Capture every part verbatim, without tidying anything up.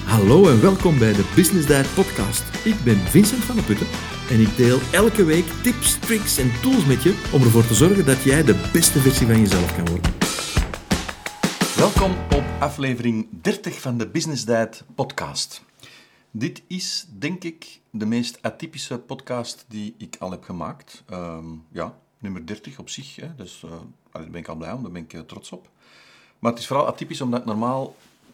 Hallo en welkom bij de Business Diet podcast. Ik ben Vincent van der Putten en ik deel elke week tips, tricks en tools met je om ervoor te zorgen dat jij de beste versie van jezelf kan worden. Welkom op aflevering dertig van de Business Diet podcast. Dit is, denk ik, de meest atypische podcast die ik al heb gemaakt. Um, ja, nummer dertig op zich, hè. Dus uh, daar ben ik al blij om, daar ben ik uh, trots op. Maar het is vooral atypisch omdat ik normaal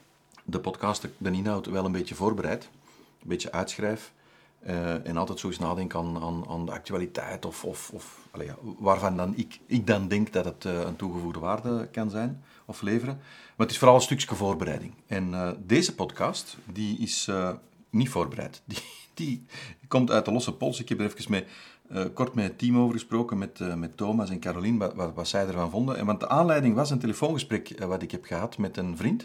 de podcast, de inhoud, wel een beetje voorbereid. Een beetje uitschrijf. Uh, en altijd zo eens nadenk aan, aan, aan de actualiteit of, of, of allee, ja, waarvan dan ik, ik dan denk dat het uh, een toegevoegde waarde kan zijn of leveren. Maar het is vooral een stukje voorbereiding. En uh, deze podcast, die is uh, niet voorbereid. Die, die komt uit de losse pols. Ik heb er even mee, uh, kort met het team over gesproken, met, uh, met Thomas en Caroline, wat, wat, wat zij ervan vonden. En want de aanleiding was een telefoongesprek uh, wat ik heb gehad met een vriend.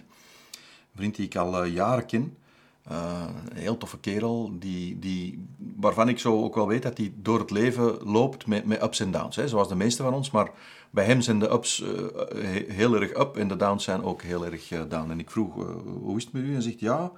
Een vriend die ik al uh, jaren ken. Uh, een heel toffe kerel, die, die, waarvan ik zo ook wel weet dat hij door het leven loopt met, met ups en downs. Hè, zoals de meeste van ons, maar bij hem zijn de ups uh, heel erg up en de downs zijn ook heel erg uh, down. En ik vroeg, uh, hoe is het met u? En hij zegt, ja,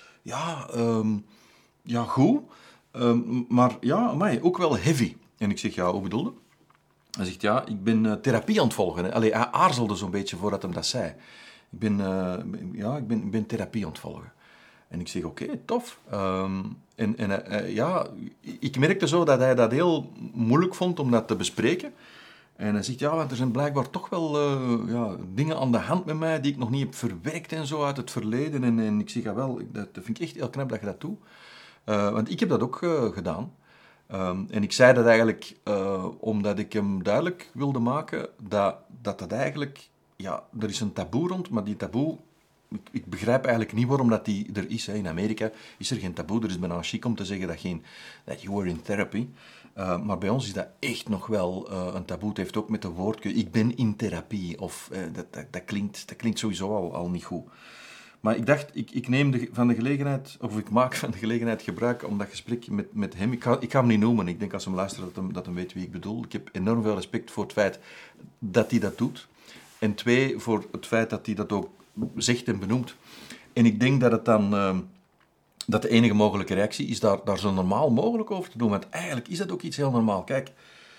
ja, um, ja goed, um, maar ja, amai, ook wel heavy. En ik zeg, ja, hoe bedoelde? Hij zegt, ja, ik ben uh, therapie aan het volgen. Hè. Allee, hij aarzelde zo'n beetje voordat hij dat zei. Ik ben, uh, ja, ik ben, ik ben therapie aan het volgen. En ik zeg, oké, okay, tof. Um, en en uh, ja, ik merkte zo dat hij dat heel moeilijk vond om dat te bespreken. En hij zegt, ja, want er zijn blijkbaar toch wel uh, ja, dingen aan de hand met mij die ik nog niet heb verwerkt en zo uit het verleden. En, en ik zeg, ja wel, dat vind ik echt heel knap dat je dat doet. Uh, want ik heb dat ook uh, gedaan. Um, en ik zei dat eigenlijk uh, omdat ik hem duidelijk wilde maken dat dat, dat eigenlijk... Ja, er is een taboe rond, maar die taboe... Ik, ik begrijp eigenlijk niet waarom dat die er is. Hè. In Amerika is er geen taboe. Er is bijna chic om te zeggen dat, geen, dat you were in therapy. Uh, maar bij ons is dat echt nog wel uh, een taboe. Het heeft ook met de woordje, ik ben in therapie. Of, uh, dat, dat, dat, klinkt, dat klinkt sowieso al, al niet goed. Maar ik dacht, ik, ik neem de, van de gelegenheid, of ik maak van de gelegenheid gebruik om dat gesprek met, met hem... Ik ga, ik ga hem niet noemen. Ik denk als hij luistert dat hem, dat hem weet wie ik bedoel. Ik heb enorm veel respect voor het feit dat hij dat doet. En twee, voor het feit dat hij dat ook zegt en benoemt. En ik denk dat het dan... Uh, dat de enige mogelijke reactie is daar, daar zo normaal mogelijk over te doen. Want eigenlijk is dat ook iets heel normaal. Kijk,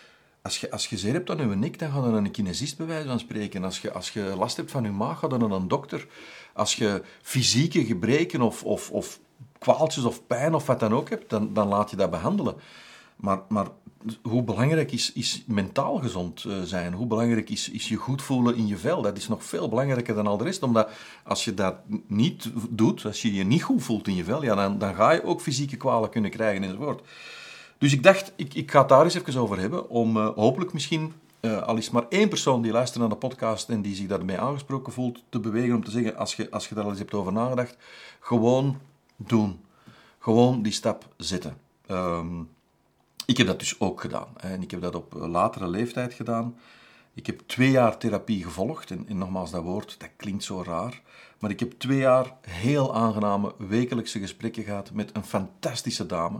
als je, als je zeer hebt aan je nek, dan ga je naar een kinesist bij wijze van spreken. Als je, als je last hebt van je maag, ga je naar een dokter. Als je fysieke gebreken of, of, of kwaaltjes of pijn of wat dan ook hebt, dan, dan laat je dat behandelen. Maar, maar hoe belangrijk is, is mentaal gezond uh, zijn? Hoe belangrijk is, is je goed voelen in je vel? Dat is nog veel belangrijker dan al de rest. Omdat als je dat niet doet, als je je niet goed voelt in je vel, ja, dan, dan ga je ook fysieke kwalen kunnen krijgen enzovoort. Dus ik dacht, ik, ik ga het daar eens even over hebben. Om uh, hopelijk misschien, uh, al is maar één persoon die luistert naar de podcast en die zich daarmee aangesproken voelt, te bewegen om te zeggen, als je, als je daar al eens hebt over nagedacht, gewoon doen. Gewoon die stap zetten. Um, Ik heb dat dus ook gedaan. En ik heb dat op latere leeftijd gedaan. Ik heb twee jaar therapie gevolgd. En, en nogmaals, dat woord, dat klinkt zo raar. Maar ik heb twee jaar heel aangename wekelijkse gesprekken gehad met een fantastische dame.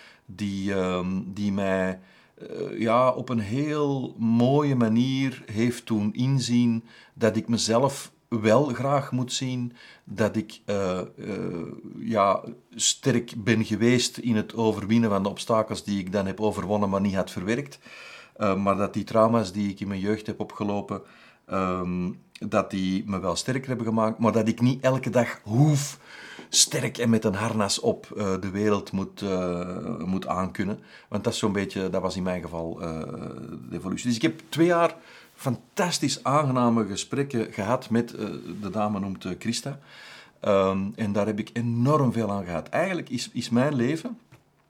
Die, um, die mij uh, ja, op een heel mooie manier heeft doen inzien dat ik mezelf wel graag moet zien, dat ik uh, uh, ja, sterk ben geweest in het overwinnen van de obstakels die ik dan heb overwonnen, maar niet had verwerkt. Uh, maar dat die trauma's die ik in mijn jeugd heb opgelopen, um, dat die me wel sterker hebben gemaakt, maar dat ik niet elke dag hoef sterk en met een harnas op uh, de wereld moet, uh, moet aankunnen. Want dat is zo'n beetje, dat was in mijn geval uh, de evolutie. Dus ik heb twee jaar fantastisch aangename gesprekken gehad met, uh, de dame noemt uh, Christa. Um, en daar heb ik enorm veel aan gehad. Eigenlijk is, is mijn leven,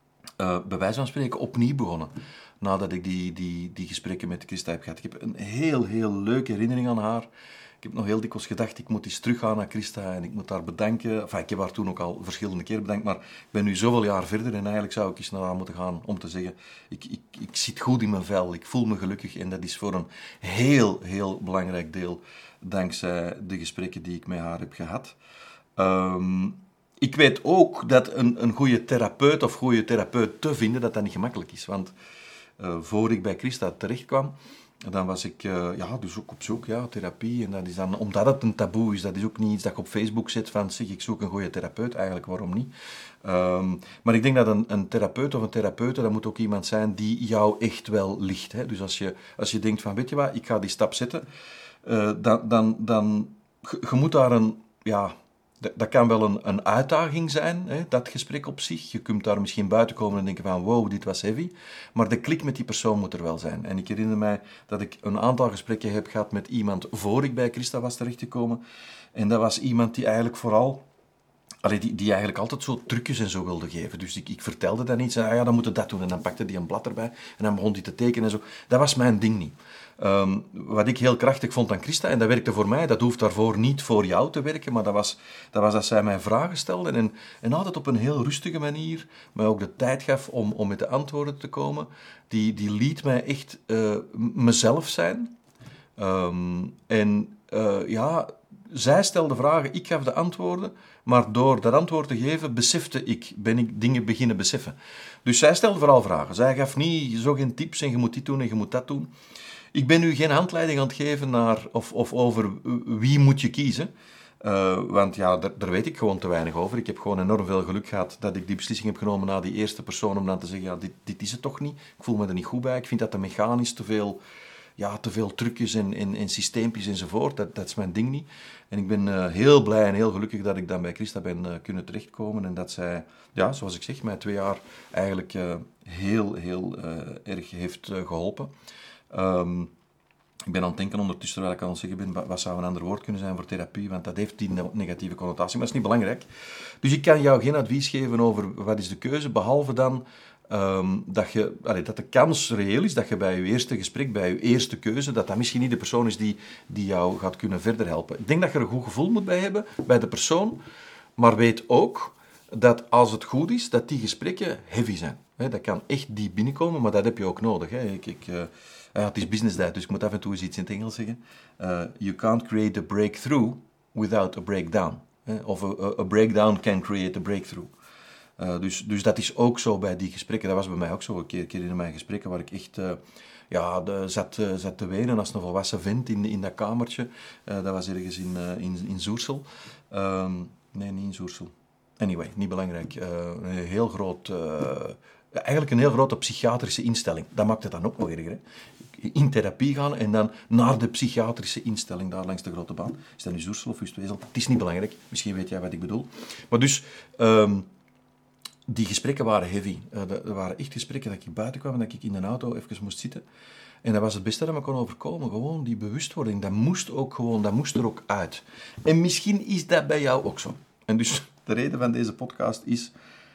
uh, bij wijze van spreken, opnieuw begonnen. Nadat ik die, die, die gesprekken met Christa heb gehad. Ik heb een heel, heel leuke herinnering aan haar. Ik heb nog heel dikwijls gedacht, ik moet eens teruggaan naar Christa en ik moet haar bedanken. Enfin, ik heb haar toen ook al verschillende keren bedankt, maar ik ben nu zoveel jaar verder en eigenlijk zou ik eens naar haar moeten gaan om te zeggen, ik, ik, ik zit goed in mijn vel, ik voel me gelukkig en dat is voor een heel, heel belangrijk deel dankzij de gesprekken die ik met haar heb gehad. Um, ik weet ook dat een, een goede therapeut of goede therapeut te vinden, dat dat niet gemakkelijk is, want uh, voor ik bij Christa terecht kwam, Dan was ik uh, ja, dus ook op zoek, ja, therapie. En dat is dan, omdat het een taboe is, dat is ook niet iets dat je op Facebook zet van, zeg, ik zoek een goede therapeut. Eigenlijk, waarom niet? Um, maar ik denk dat een, een therapeut of een therapeute, dat moet ook iemand zijn die jou echt wel ligt. Hè? Dus als je, als je denkt van, weet je wat, ik ga die stap zetten, uh, dan, dan, dan je, je moet daar een, ja... Dat kan wel een, een uitdaging zijn, hè, dat gesprek op zich. Je kunt daar misschien buiten komen en denken van wow, dit was heavy. Maar de klik met die persoon moet er wel zijn. En ik herinner mij dat ik een aantal gesprekken heb gehad met iemand voor ik bij Christa was terechtgekomen. En dat was iemand die eigenlijk vooral... Allee, die, die eigenlijk altijd zo trucjes en zo wilde geven. Dus ik, ik vertelde dan iets en ah ja, dan moet je dat doen. En dan pakte hij een blad erbij en dan begon hij te tekenen en zo. Dat was mijn ding niet. Um, wat ik heel krachtig vond aan Christa, en dat werkte voor mij, dat hoeft daarvoor niet voor jou te werken, maar dat was dat, was dat zij mij vragen stelde en, en altijd op een heel rustige manier, maar ook de tijd gaf om, om met de antwoorden te komen. Die, die liet mij echt uh, mezelf zijn. Um, en uh, ja... Zij stelde vragen, ik gaf de antwoorden, maar door dat antwoord te geven, besefte ik, ben ik dingen beginnen beseffen. Dus zij stelde vooral vragen. Zij gaf niet zo geen tips en je moet dit doen en je moet dat doen. Ik ben nu geen handleiding aan het geven naar, of, of over wie moet je kiezen. Uh, want ja, daar, daar weet ik gewoon te weinig over. Ik heb gewoon enorm veel geluk gehad dat ik die beslissing heb genomen na die eerste persoon om dan te zeggen, ja, dit, dit is het toch niet. Ik voel me er niet goed bij. Ik vind dat te mechanisch, te veel... Ja, te veel trucjes en, en, en systeempjes enzovoort, dat, dat is mijn ding niet. En ik ben uh, heel blij en heel gelukkig dat ik dan bij Christa ben uh, kunnen terechtkomen en dat zij, ja, zoals ik zeg, mij twee jaar eigenlijk uh, heel, heel uh, erg heeft uh, geholpen. Um, ik ben aan het denken ondertussen, terwijl ik aan het zeggen ben, wat zou een ander woord kunnen zijn voor therapie, want dat heeft die negatieve connotatie, maar dat is niet belangrijk. Dus ik kan jou geen advies geven over wat is de keuze, behalve dan Um, dat, je, allee, dat de kans reëel is dat je bij je eerste gesprek, bij je eerste keuze, dat dat misschien niet de persoon is die, die jou gaat kunnen verder helpen. Ik denk dat je er een goed gevoel moet bij hebben, bij de persoon, maar weet ook dat als het goed is, dat die gesprekken heavy zijn. He, dat kan echt diep binnenkomen, maar dat heb je ook nodig. He. Ik, ik, uh, ja, het is business day, dus ik moet af en toe eens iets in het Engels zeggen. Uh, you can't create a breakthrough without a breakdown. He. Of a, a breakdown can create a breakthrough. Uh, dus, dus dat is ook zo bij die gesprekken. Dat was bij mij ook zo een keer, een keer in mijn gesprekken waar ik echt uh, ja, de, zat, uh, zat te wenen als een volwassen vent in, in dat kamertje. Uh, dat was ergens in, uh, in, in Zoersel. Um, nee, niet in Zoersel. Anyway, niet belangrijk. Uh, een heel groot... Uh, eigenlijk een heel grote psychiatrische instelling. Dat maakt het dan ook nog erger. Hè? In therapie gaan en dan naar de psychiatrische instelling daar langs de grote baan. Is dat nu Zoersel of Oostwezel? Het is niet belangrijk. Misschien weet jij wat ik bedoel. Maar dus... Um, Die gesprekken waren heavy. Er waren echt gesprekken dat ik buiten kwam en dat ik in de auto even moest zitten. En dat was het beste dat me kon overkomen. Gewoon die bewustwording. Dat moest ook gewoon, dat moest er ook uit. En misschien is dat bij jou ook zo. En dus de reden van deze podcast is...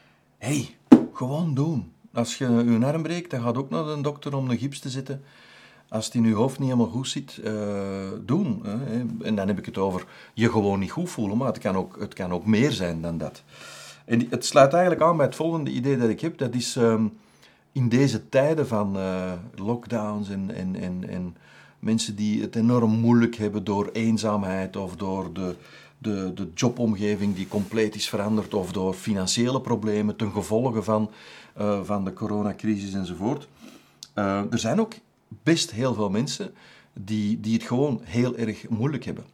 Hey, gewoon doen. Als je je arm breekt, dan gaat ook naar de dokter om een gips te zetten. Als het in je hoofd niet helemaal goed zit, uh, doen. Hè. En dan heb ik het over je gewoon niet goed voelen. Maar het kan ook, het kan ook meer zijn dan dat. En het sluit eigenlijk aan bij het volgende idee dat ik heb. Dat is um, in deze tijden van uh, lockdowns en, en, en, en mensen die het enorm moeilijk hebben door eenzaamheid of door de, de, de jobomgeving die compleet is veranderd of door financiële problemen ten gevolge van, uh, van de coronacrisis enzovoort. Uh, er zijn ook best heel veel mensen die, die het gewoon heel erg moeilijk hebben.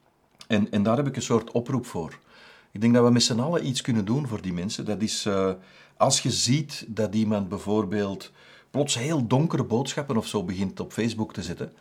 En, en daar heb ik een soort oproep voor. Ik denk dat we met z'n allen iets kunnen doen voor die mensen. Dat is, uh, als je ziet dat iemand bijvoorbeeld plots heel donkere boodschappen of zo begint op Facebook te zetten.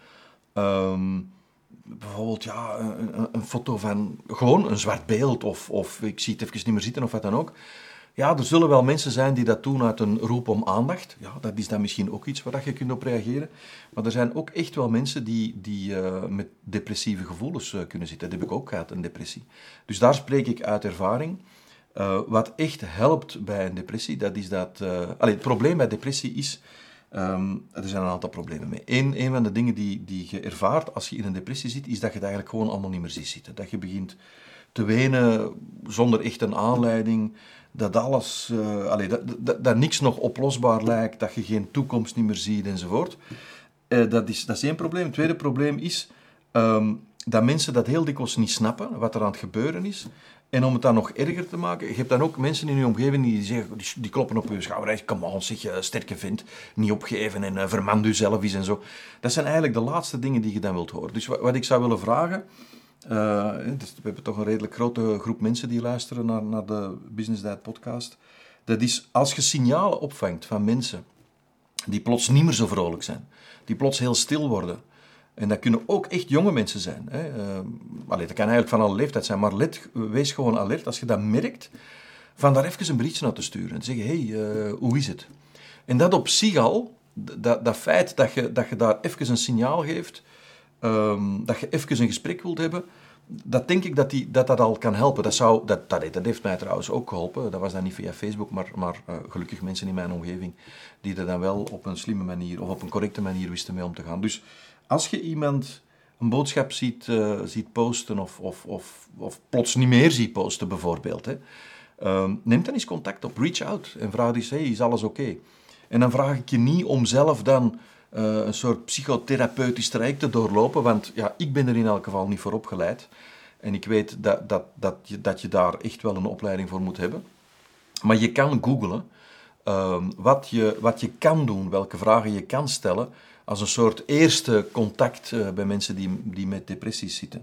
Um, bijvoorbeeld, ja, een, een foto van gewoon een zwart beeld of, of ik zie het even niet meer zitten of wat dan ook. Ja, er zullen wel mensen zijn die dat doen uit een roep om aandacht. Ja, dat is dan misschien ook iets waar je kunt op reageren. Maar er zijn ook echt wel mensen die, die uh, met depressieve gevoelens uh, kunnen zitten. Dat heb ik ook gehad, een depressie. Dus daar spreek ik uit ervaring. Uh, wat echt helpt bij een depressie, dat is dat... Uh, allee, het probleem bij depressie is... Um, er zijn een aantal problemen mee. Eén een van de dingen die, die je ervaart als je in een depressie zit, is dat je het eigenlijk gewoon allemaal niet meer ziet zitten. Dat je begint te wenen zonder echt een aanleiding... Dat alles, uh, allee, dat, dat, dat niks nog oplosbaar lijkt, dat je geen toekomst niet meer ziet enzovoort. Uh, dat, is, dat is één probleem. Het tweede probleem is, Um, dat mensen dat heel dikwijls niet snappen, wat er aan het gebeuren is. En om het dan nog erger te maken, je hebt dan ook mensen in je omgeving die, zeggen, die, die kloppen op je schouder. Come on, zeg je, sterke vent, niet opgeven en uh, vermand jezelf eens en zo. Dat zijn eigenlijk de laatste dingen die je dan wilt horen. Dus wat, wat ik zou willen vragen, uh, dus we hebben toch een redelijk grote groep mensen die luisteren naar, naar de Business Diet podcast. Dat is, als je signalen opvangt van mensen die plots niet meer zo vrolijk zijn, die plots heel stil worden. En dat kunnen ook echt jonge mensen zijn. Hè. Uh, allee, dat kan eigenlijk van alle leeftijd zijn, maar let, wees gewoon alert als je dat merkt, van daar even een berichtje naar te sturen. En te zeggen, hé, hey, uh, hoe is het? En dat op zich al, dat, dat feit dat je, dat je daar even een signaal geeft, um, dat je even een gesprek wilt hebben, dat denk ik dat die, dat, dat al kan helpen. Dat, zou, dat, dat, dat heeft mij trouwens ook geholpen. Dat was dan niet via Facebook, maar, maar uh, gelukkig mensen in mijn omgeving die er dan wel op een slimme manier of op een correcte manier wisten mee om te gaan. Dus als je iemand een boodschap ziet, uh, ziet posten of, of, of, of plots niet meer ziet posten bijvoorbeeld, hè, uh, neem dan eens contact op, reach out en vraag eens, hey, is alles oké? Okay? En dan vraag ik je niet om zelf dan uh, een soort psychotherapeutisch traject te doorlopen, want ja, ik ben er in elk geval niet voor opgeleid. En ik weet dat, dat, dat, je, dat je daar echt wel een opleiding voor moet hebben. Maar je kan googlen uh, wat, je, wat je kan doen, welke vragen je kan stellen, als een soort eerste contact uh, bij mensen die, die met depressies zitten.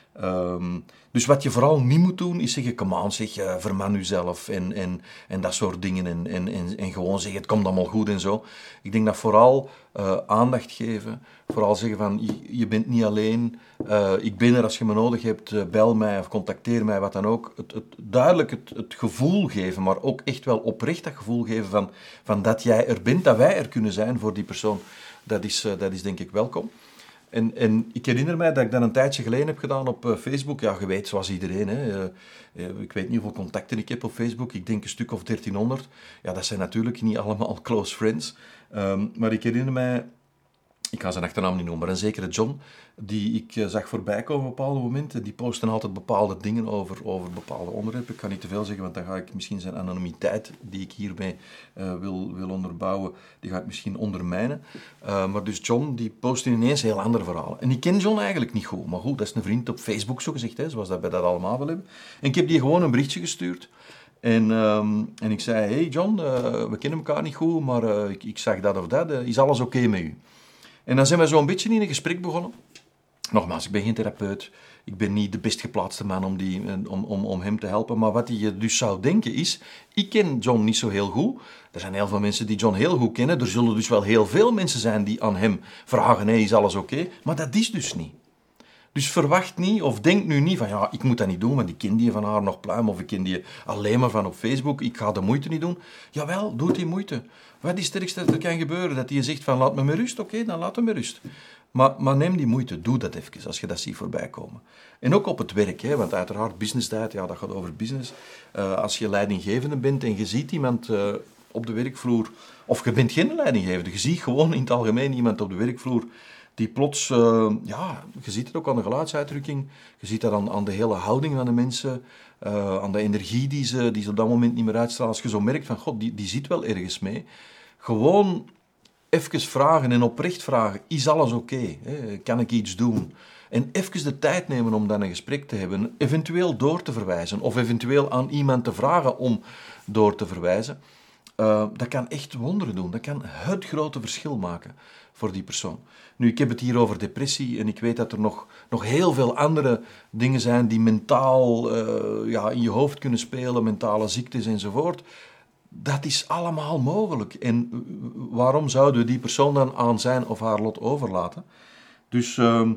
Um, dus wat je vooral niet moet doen, is zeggen, come on, zeg, uh, verman jezelf en, en, en dat soort dingen. En, en, en, en gewoon zeggen, het komt allemaal goed en zo. Ik denk dat vooral uh, aandacht geven, vooral zeggen van, je, je bent niet alleen, uh, ik ben er als je me nodig hebt, uh, bel mij of contacteer mij, wat dan ook. Het, het, duidelijk het, het gevoel geven, maar ook echt wel oprecht dat gevoel geven van, van dat jij er bent, dat wij er kunnen zijn voor die persoon. Dat is, uh, dat is denk ik welkom. En, en ik herinner mij dat ik dat een tijdje geleden heb gedaan op uh, Facebook. Ja, je weet, zoals iedereen. Hè. Uh, uh, ik weet niet hoeveel contacten ik heb op Facebook. Ik denk een stuk of dertienhonderd. Ja, dat zijn natuurlijk niet allemaal close friends. Um, maar ik herinner mij, ik ga zijn achternaam niet noemen, maar een zekere John, die ik uh, zag voorbij komen op bepaalde momenten. Die posten altijd bepaalde dingen over, over bepaalde onderwerpen. Ik kan niet te veel zeggen, want dan ga ik misschien zijn anonimiteit, die ik hiermee uh, wil, wil onderbouwen, die ga ik misschien ondermijnen. Uh, maar dus John, die post ineens heel andere verhalen. En ik ken John eigenlijk niet goed. Maar goed, dat is een vriend op Facebook, zo gezegd, hè, zoals dat wij dat allemaal wel hebben. En ik heb die gewoon een berichtje gestuurd. En, um, en ik zei, hey John, uh, we kennen elkaar niet goed, maar uh, ik, ik zag dat of dat. Uh, is alles oké okay met u? En dan zijn we zo'n beetje in een gesprek begonnen. Nogmaals, ik ben geen therapeut. Ik ben niet de best geplaatste man om, die, om, om, om hem te helpen. Maar wat je dus zou denken is, ik ken John niet zo heel goed. Er zijn heel veel mensen die John heel goed kennen. Er zullen dus wel heel veel mensen zijn die aan hem vragen, hey, is alles oké? Okay? Maar dat is dus niet. Dus verwacht niet, of denk nu niet van, ja, ik moet dat niet doen, want ik ken die van haar nog pluim, of ik ken die alleen maar van op Facebook, ik ga de moeite niet doen. Jawel, doe die moeite. Wat is het sterkste dat er kan gebeuren? Dat die zegt van, laat me met rust, oké, okay, dan laat hem met rust. Maar, maar neem die moeite, doe dat even, als je dat ziet voorbij komen. En ook op het werk, hè, want uiteraard business diet, ja, dat gaat over business. Uh, als je leidinggevende bent en je ziet iemand uh, op de werkvloer, of je bent geen leidinggevende, je ziet gewoon in het algemeen iemand op de werkvloer die plots, uh, ja, je ziet het ook aan de geluidsuitdrukking, je ziet dat aan, aan de hele houding van de mensen, uh, aan de energie die ze, die ze op dat moment niet meer uitstralen. Als je zo merkt van, god, die, die zit wel ergens mee. Gewoon even vragen en oprecht vragen, is alles oké? Okay? Kan ik iets doen? En even de tijd nemen om dan een gesprek te hebben, eventueel door te verwijzen, of eventueel aan iemand te vragen om door te verwijzen. Uh, dat kan echt wonderen doen. Dat kan het grote verschil maken voor die persoon. Nu, ik heb het hier over depressie en ik weet dat er nog, nog heel veel andere dingen zijn die mentaal uh, ja, in je hoofd kunnen spelen, mentale ziektes enzovoort. Dat is allemaal mogelijk. En waarom zouden we die persoon dan aan zijn of haar lot overlaten? Dus uh,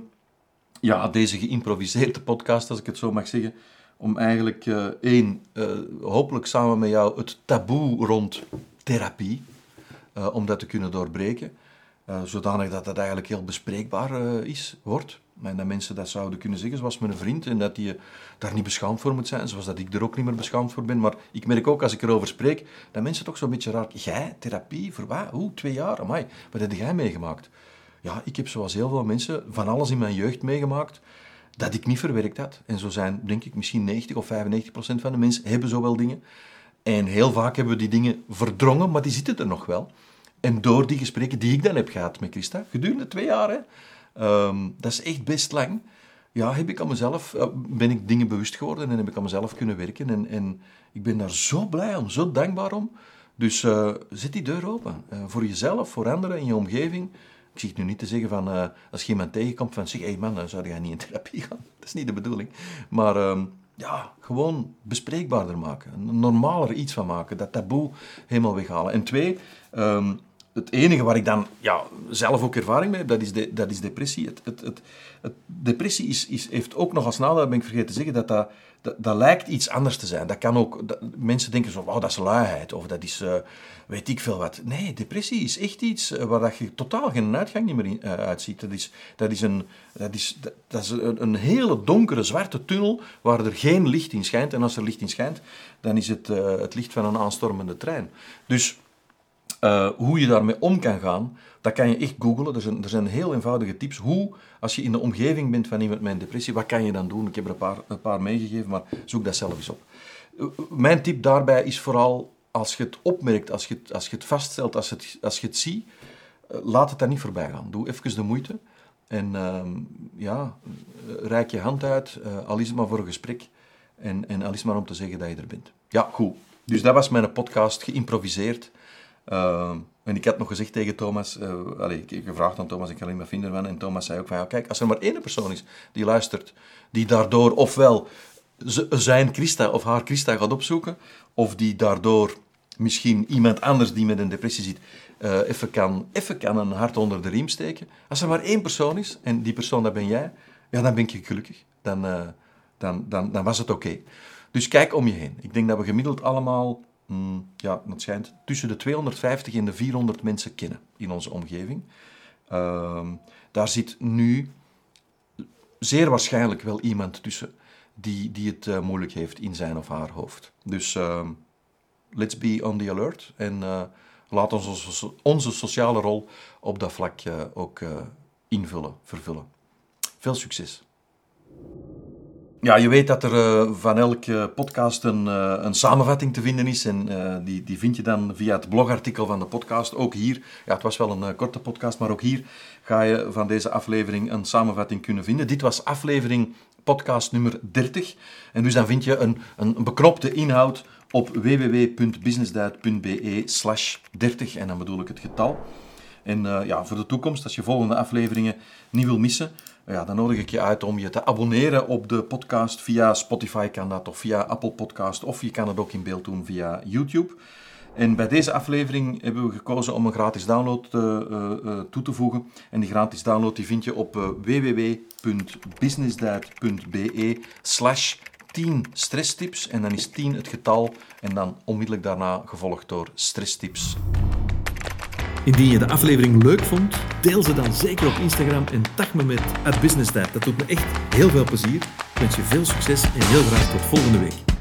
ja, deze geïmproviseerde podcast, als ik het zo mag zeggen, om eigenlijk uh, één, uh, hopelijk samen met jou het taboe rond therapie, uh, om dat te kunnen doorbreken, uh, zodanig dat dat eigenlijk heel bespreekbaar uh, is, wordt. En dat mensen dat zouden kunnen zeggen, zoals mijn vriend, en dat die daar niet beschaamd voor moet zijn, zoals dat ik er ook niet meer beschaamd voor ben. Maar ik merk ook, als ik erover spreek, dat mensen toch zo'n beetje raar, jij, therapie, voor wat? Hoe, twee jaar? Amai, wat heb jij meegemaakt? Ja, ik heb zoals heel veel mensen van alles in mijn jeugd meegemaakt, dat ik niet verwerkt had. En zo zijn, denk ik, misschien negentig of vijfennegentig procent van de mensen hebben zo wel dingen. En heel vaak hebben we die dingen verdrongen, maar die zitten er nog wel. En door die gesprekken die ik dan heb gehad met Christa, gedurende twee jaar, hè, Um, dat is echt best lang. Ja, heb ik aan mezelf, uh, ben ik dingen bewust geworden en heb ik aan mezelf kunnen werken. En, en ik ben daar zo blij om, zo dankbaar om. Dus uh, zet die deur open. Uh, voor jezelf, voor anderen in je omgeving. Ik zie het nu niet te zeggen van, uh, als je iemand tegenkomt van, zeg, hé hey man, dan zou jij niet in therapie gaan. Dat is niet de bedoeling. Maar um, ja, gewoon bespreekbaarder maken. Een normaler iets van maken. Dat taboe helemaal weghalen. En twee, um, het enige waar ik dan ja, zelf ook ervaring mee heb, dat is, de, dat is depressie. Het, het, het, het, depressie is, is, heeft ook nog als nadeel, dat ben ik vergeten te zeggen, dat dat, dat, dat lijkt iets anders te zijn. Dat kan ook, dat, mensen denken zo, wow, dat is luiheid, of dat is, uh, weet ik veel wat. Nee, depressie is echt iets waar dat je totaal geen uitgang niet meer in, uh, uitziet. Dat is, dat is, een, dat is, dat, dat is een, een hele donkere, zwarte tunnel waar er geen licht in schijnt. En als er licht in schijnt, dan is het uh, het licht van een aanstormende trein. Dus Uh, hoe je daarmee om kan gaan, dat kan je echt googlen. Er zijn, er zijn heel eenvoudige tips. Hoe, als je in de omgeving bent van iemand met een depressie, wat kan je dan doen? Ik heb er een paar, een paar meegegeven, maar zoek dat zelf eens op. Uh, mijn tip daarbij is vooral, als je het opmerkt, als je het, als je het vaststelt, als, het, als je het ziet, uh, laat het daar niet voorbij gaan. Doe even de moeite en uh, ja, reik je hand uit, uh, al is het maar voor een gesprek en, en al is het maar om te zeggen dat je er bent. Ja, goed. Dus dat was mijn podcast, geïmproviseerd. Uh, en ik had nog gezegd tegen Thomas, uh, allez, ik heb gevraagd aan Thomas, ik kan er niet meer vinden van, en Thomas zei ook van, ja, kijk, als er maar één persoon is die luistert, die daardoor ofwel zijn Christa of haar Christa gaat opzoeken, of die daardoor misschien iemand anders die met een depressie zit, uh, even, kan, even kan een hart onder de riem steken. Als er maar één persoon is, en die persoon, dat ben jij, ja, dan ben ik gelukkig. Dan, uh, dan, dan, dan was het oké. Okay. Dus kijk om je heen. Ik denk dat we gemiddeld allemaal... Mm, ja, het schijnt tussen de tweehonderdvijftig en de vierhonderd mensen kennen in onze omgeving. Uh, daar zit nu zeer waarschijnlijk wel iemand tussen die, die het uh, moeilijk heeft in zijn of haar hoofd. Dus uh, let's be on the alert en uh, laat ons onze, onze sociale rol op dat vlak uh, ook uh, invullen, vervullen. Veel succes! Ja, je weet dat er uh, van elke podcast een, uh, een samenvatting te vinden is. En uh, die, die vind je dan via het blogartikel van de podcast. Ook hier, ja, het was wel een uh, korte podcast, maar ook hier ga je van deze aflevering een samenvatting kunnen vinden. Dit was aflevering podcast nummer dertig. En dus dan vind je een, een beknopte inhoud op w w w punt businessdiet punt b e slash dertig. En dan bedoel ik het getal. En uh, ja, voor de toekomst, als je volgende afleveringen niet wil missen, ja, dan nodig ik je uit om je te abonneren op de podcast. Via Spotify kan dat, of via Apple Podcast, of je kan het ook in beeld doen via YouTube. En bij deze aflevering hebben we gekozen om een gratis download uh, uh, toe te voegen. En die gratis download die vind je op uh, w w w punt businessdiet punt b e slash tien stresstips. En dan is tien het getal en dan onmiddellijk daarna gevolgd door stresstips. Indien je de aflevering leuk vond, deel ze dan zeker op Instagram en tag me met at businessdiet. Dat doet me echt heel veel plezier. Ik wens je veel succes en heel graag tot volgende week.